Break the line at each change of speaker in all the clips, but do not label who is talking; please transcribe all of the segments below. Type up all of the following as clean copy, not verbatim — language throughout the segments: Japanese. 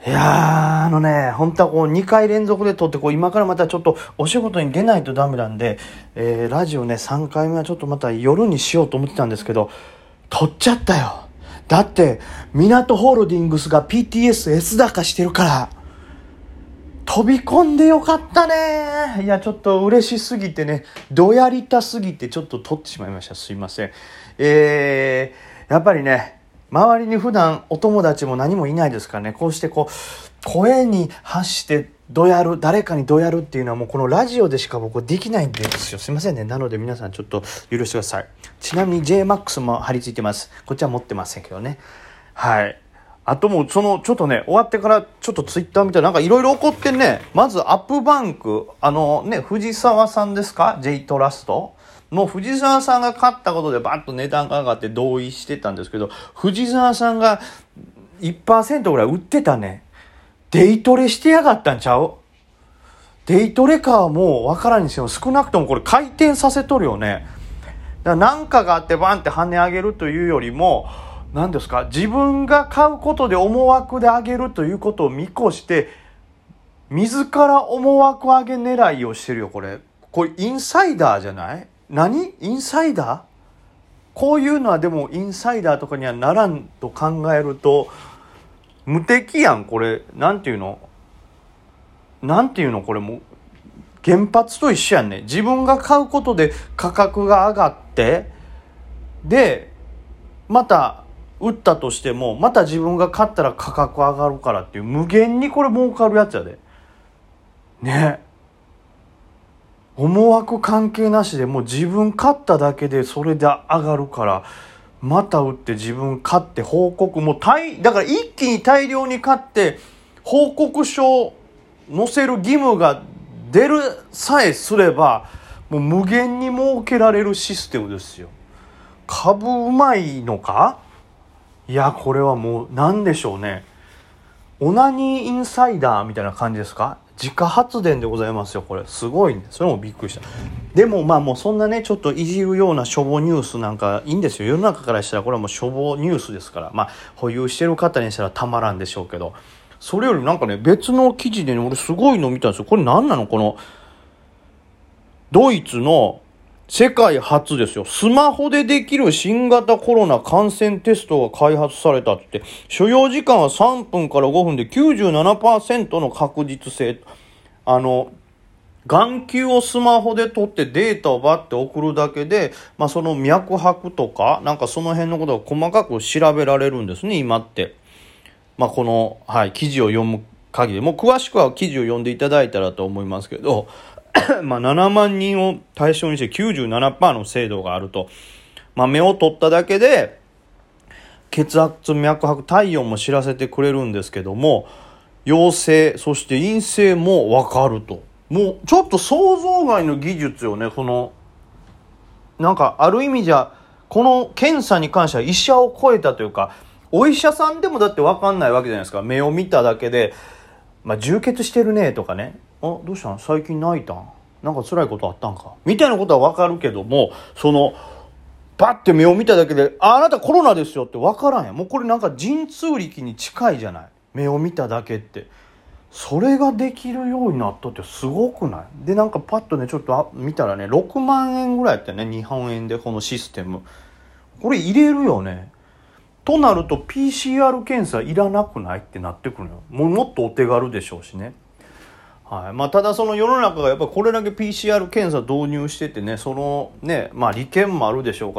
いやー本当はこう2回連続で撮って今からまたちょっとお仕事に出ないとダメなんで、ラジオね3回目はちょっとまた夜にしようと思ってたんですけど、撮っちゃったよ。だって港ホールディングスが PTS 高してるから飛び込んでよかったね。いやちょっと嬉しすぎてね、どやりたすぎてちょっと撮ってしまいました。すいません。やっぱりね、周りに普段お友達も何もいないですからね、こうして声に発して誰かにどやるっていうのはもうこのラジオでしか僕できないんですよ。すいませんね。なので皆さんちょっと許してください。ちなみに JMAX も貼り付いてます。こっちは持ってませんけどね。はい。あともうちょっとね、終わってからちょっとツイッター見たらなんかいろいろ起こってね、まずアップバンク、藤沢さんですか？ J トラストもう藤沢さんが勝ったことでバッと値段が上がって同意してたんですけど、藤沢さんが 1% ぐらい売ってたね。デイトレしてやがったんちゃう？デイトレかはもうわからんにしても少なくともこれ回転させとるよね。だからなんかがあってバンって跳ね上げるというよりも、何ですか、自分が買うことで思惑で上げるということを見越して自ら思惑上げ狙いをしてるよ。これインサイダーじゃない？何？インサイダー？こういうのはでもインサイダーとかにはならんと考えると無敵やん。これなんていうのこれもう原発と一緒やんね。自分が買うことで価格が上がってでまた売ったとしてもまた自分が買ったら価格上がるからっていう無限にこれ儲かるやつやでね。思惑関係なしでもう自分買っただけでそれで上がるからまた売って自分買って報告もだから一気に大量に買って報告書を載せる義務が出るさえすればもう無限に儲けられるシステムですよ。株うまいのか？いやこれはもう何でしょうね、オナニーインサイダーみたいな感じですか？自家発電でございますよ。これすごいね。それもびっくりした。でももうそんなねちょっといじるようなしょぼニュースなんかいいんですよ。世の中からしたらこれはもうしょぼニュースですから保有してる方にしたらたまらんでしょうけど、それよりなんかね別の記事でね俺すごいの見たんですよ。これ何なの？このドイツの世界初ですよ。スマホでできる新型コロナ感染テストが開発されたって、所要時間は3分から5分で 97% の確実性。眼球をスマホで撮ってデータをバッて送るだけで、その脈拍とかなんかその辺のことが細かく調べられるんですね、今って。この、記事を読む限り、もう詳しくは記事を読んでいただいたらと思いますけど、7万人を対象にして 97% の精度があると。目を取っただけで血圧、脈拍、体温も知らせてくれるんですけども、陽性そして陰性も分かると。もうちょっと想像外の技術よね。なんかある意味じゃこの検査に関しては医者を超えたというか、お医者さんでもだって分かんないわけじゃないですか。目を見ただけで充血してるねとかね、どうしたん？最近泣いたん？なんか辛いことあったんか？みたいなことは分かるけども、バッて目を見ただけであなたコロナですよって分からんやん。もうこれなんか神通力に近いじゃない。目を見ただけってそれができるようになったってすごくない？でなんかパッとねちょっと見たらね6万円ぐらいやったね、日本円で。このシステムこれ入れるよねとなると PCR 検査いらなくないってなってくるのよ。もっとお手軽でしょうしね。ただその世の中がやっぱりこれだけ PCR 検査導入しててね、利権もあるでしょうから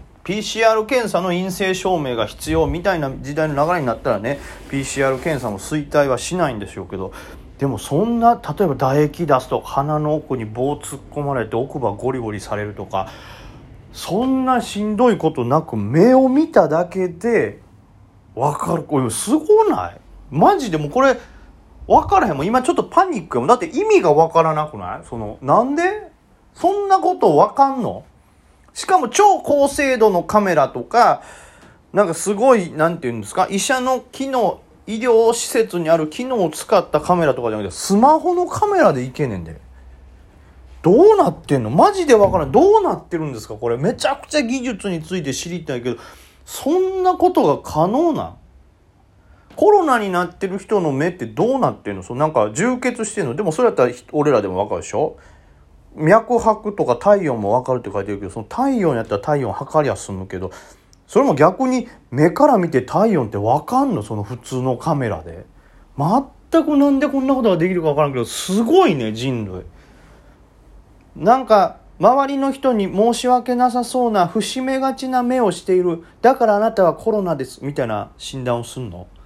PCR 検査の陰性証明が必要みたいな時代の流れになったらね PCR 検査も衰退はしないんでしょうけど、でもそんな例えば唾液出すと鼻の奥に棒突っ込まれて奥歯ゴリゴリされるとか、そんなしんどいことなく目を見ただけで分かる。これすごない？マジでもうこれ分からへんもん。今ちょっとパニックやもん。だって意味が分からなくない？なんでそんなこと分かんの？しかも超高精度のカメラとかなんかすごいなんていうんですか、医者の機能、医療施設にある機能を使ったカメラとかじゃなくてスマホのカメラでいけねんで。どうなってんの？マジで分からん。どうなってるんですかこれ。めちゃくちゃ技術について知りたいけど、そんなことが可能なん？ コロナになってる人の目ってどうなってんの？なんか充血してんの？でもそれやったら俺らでも分かるでしょ。脈拍とか体温も分かるって書いてるけど、その体温やったら体温測りゃ済むけど、それも逆に目から見て体温って分かんの？その普通のカメラで。全くなんでこんなことができるか分からんけど、すごいね、人類。なんか周りの人に申し訳なさそうな伏し目がちな目をしている、だからあなたはコロナですみたいな診断をすんの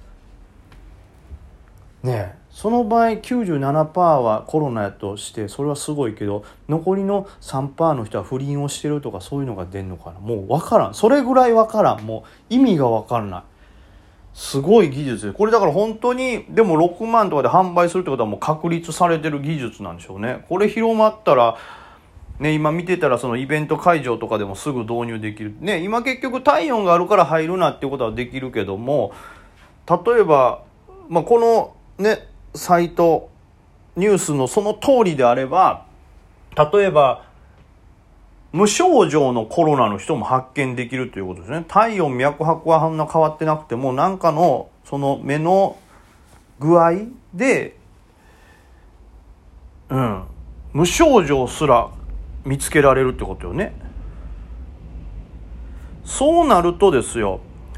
ね。えその場合 97% はコロナやとしてそれはすごいけど、残りの 3% の人は不倫をしてるとかそういうのが出んのかな。もう分からん、それぐらい分からん、もう意味が分からない。すごい技術で、これだから本当にでも6万とかで販売するってことはもう確立されてる技術なんでしょうね。これ広まったらね、今見てたらそのイベント会場とかでもすぐ導入できるね。今結局体温があるから入るなっていうことはできるけども、例えば、このねサイトニュースのその通りであれば、例えば無症状のコロナの人も発見できるということですね。体温脈拍はそんな変わってなくても、なんかのその目の具合で無症状すら見つけられるってことよね。そうなるとですよ、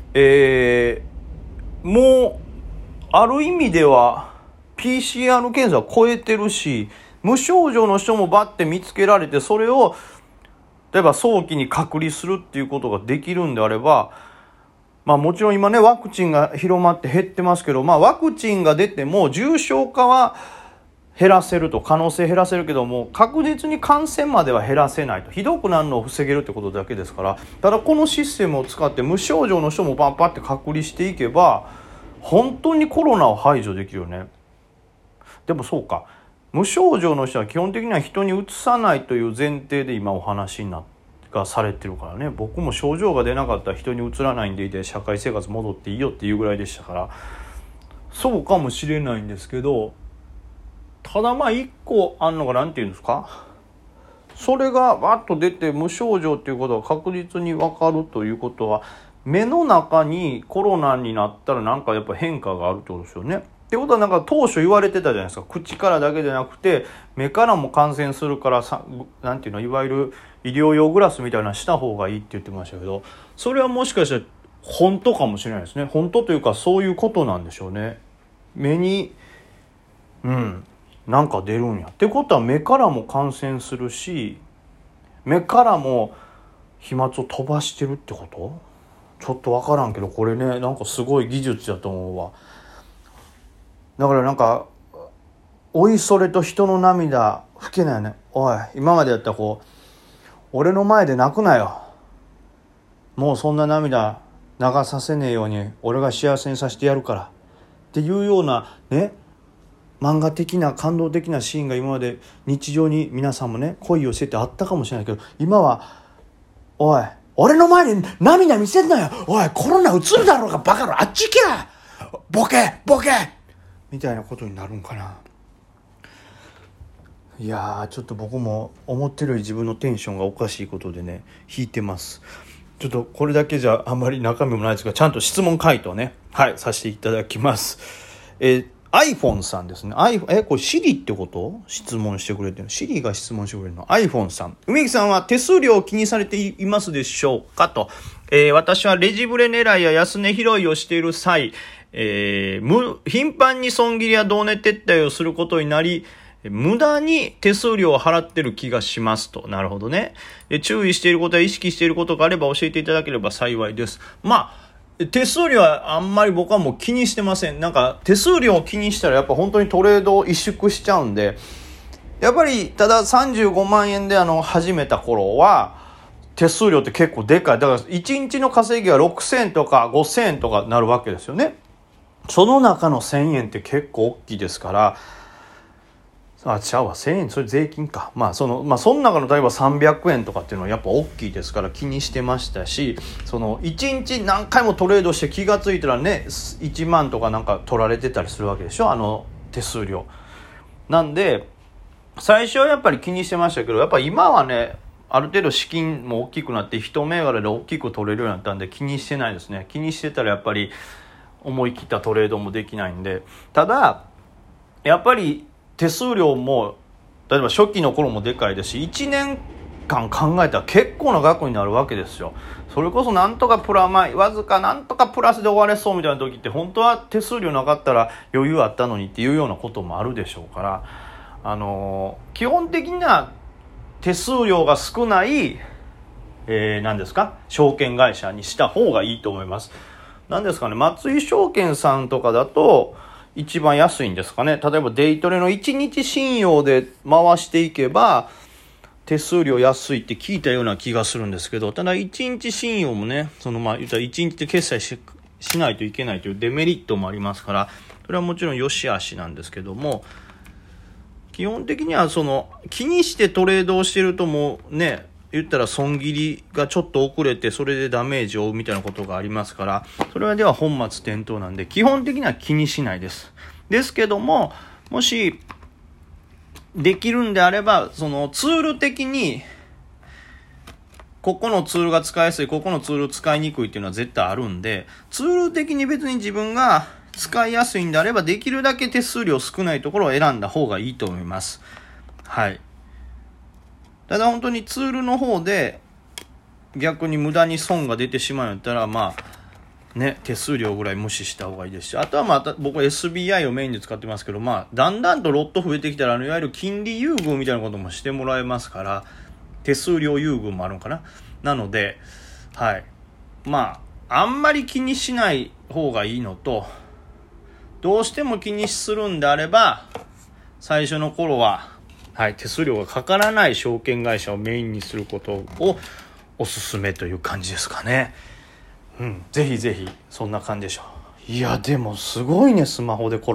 もうある意味では PCR 検査を超えてるし、無症状の人もバッて見つけられて、それを例えば早期に隔離するっていうことができるんであれば、もちろん今ねワクチンが広まって減ってますけど、ワクチンが出ても重症化は減らせると、可能性減らせるけども確実に感染までは減らせないと、ひどくなるのを防げるってことだけですから。ただこのシステムを使って無症状の人もパンパンって隔離していけば本当にコロナを排除できるよね。でもそうか、無症状の人は基本的には人にうつさないという前提で今お話がされてるからね。僕も症状が出なかったら人にうつらないんでいて社会生活戻っていいよっていうぐらいでしたから、そうかもしれないんですけど、ただ一個あんのがなんていうんですか、それがバッと出て無症状っていうことが確実に分かるということは、目の中にコロナになったらなんかやっぱ変化があるってことですよね。ってことはなんか当初言われてたじゃないですか。口からだけじゃなくて目からも感染するからなんていうの、いわゆる医療用グラスみたいなのした方がいいって言ってましたけど、それはもしかしたら本当かもしれないですね。本当というかそういうことなんでしょうね。目になんか出るんやってことは目からも感染するし、目からも飛沫を飛ばしてるってこと？ちょっと分からんけど、これねなんかすごい技術だと思うわ。だからなんかおいそれと人の涙拭けないよね。おい、今までやったら俺の前で泣くなよ、もうそんな涙流させねえように俺が幸せにさせてやるからっていうようなね、漫画的な感動的なシーンが今まで日常に皆さんもね恋をしててあったかもしれないけど、今はおい俺の前に涙見せんなよ、おいコロナうつるだろうがバカ野郎、あっち行けやボケみたいなことになるんかな。いやちょっと僕も思ってるより自分のテンションがおかしいことでね引いてます。ちょっとこれだけじゃあんまり中身もないですが、ちゃんと質問回答ねさせていただきます。iPhone さんですね。これ Siri ってこと？質問してくれてるの Siri が質問してくれるの iPhone さん。梅木さんは手数料を気にされていますでしょうかと、私はレジブレ狙いや安値拾いをしている際、頻繁に損切りや同値撤退をすることになり、無駄に手数料を払ってる気がしますと。なるほどね。注意していることや意識していることがあれば教えていただければ幸いです。手数料はあんまり僕はもう気にしてません。なんか手数料を気にしたらやっぱ本当にトレードを萎縮しちゃうんで、やっぱりただ35万円で始めた頃は手数料って結構でかい。だから1日の稼ぎは6000円とか5000円とかなるわけですよね。その中の1000円って結構大きいですから、1000円それ税金か。その中の例えば300円とかっていうのはやっぱ大きいですから気にしてましたし、その1日何回もトレードして気がついたらね1万とかなんか取られてたりするわけでしょ、手数料なんで。最初はやっぱり気にしてましたけど、やっぱ今はねある程度資金も大きくなって一銘柄で大きく取れるようになったんで気にしてないですね。気にしてたらやっぱり思い切ったトレードもできないんで、ただやっぱり手数料も例えば初期の頃もでかいですし、1年間考えたら結構な額になるわけですよ。それこそなんとかわずかなんとかプラスで終われそうみたいな時って、本当は手数料なかったら余裕あったのにっていうようなこともあるでしょうから、基本的には手数料が少ない何ですか、証券会社にした方がいいと思います。何ですかね、松井証券さんとかだと一番安いんですかね。例えばデイトレの1日信用で回していけば手数料安いって聞いたような気がするんですけど、ただ1日信用もね、言ったら1日で決済しないといけないというデメリットもありますから、それはもちろん良し悪しなんですけども、基本的には気にしてトレードをしてるともうね、言ったら損切りがちょっと遅れてそれでダメージを負うみたいなことがありますから、それはでは本末転倒なんで基本的には気にしないです。ですけども、もしできるんであれば、ツール的にここのツールが使いやすい、ここのツール使いにくいっていうのは絶対あるんで、ツール的に別に自分が使いやすいんであれば、できるだけ手数料少ないところを選んだ方がいいと思います。はい。ただ本当にツールの方で逆に無駄に損が出てしまうんだったら、手数料ぐらい無視した方がいいですし、あとは僕は SBI をメインで使ってますけど、だんだんとロット増えてきたらいわゆる金利優遇みたいなこともしてもらえますから、手数料優遇もあるのかな。なので、はい。あんまり気にしない方がいいのと、どうしても気にするんであれば、最初の頃は、手数料がかからない証券会社をメインにすることをおすすめという感じですかね。ぜひぜひそんな感じでしょう。いやでもすごいね、スマホで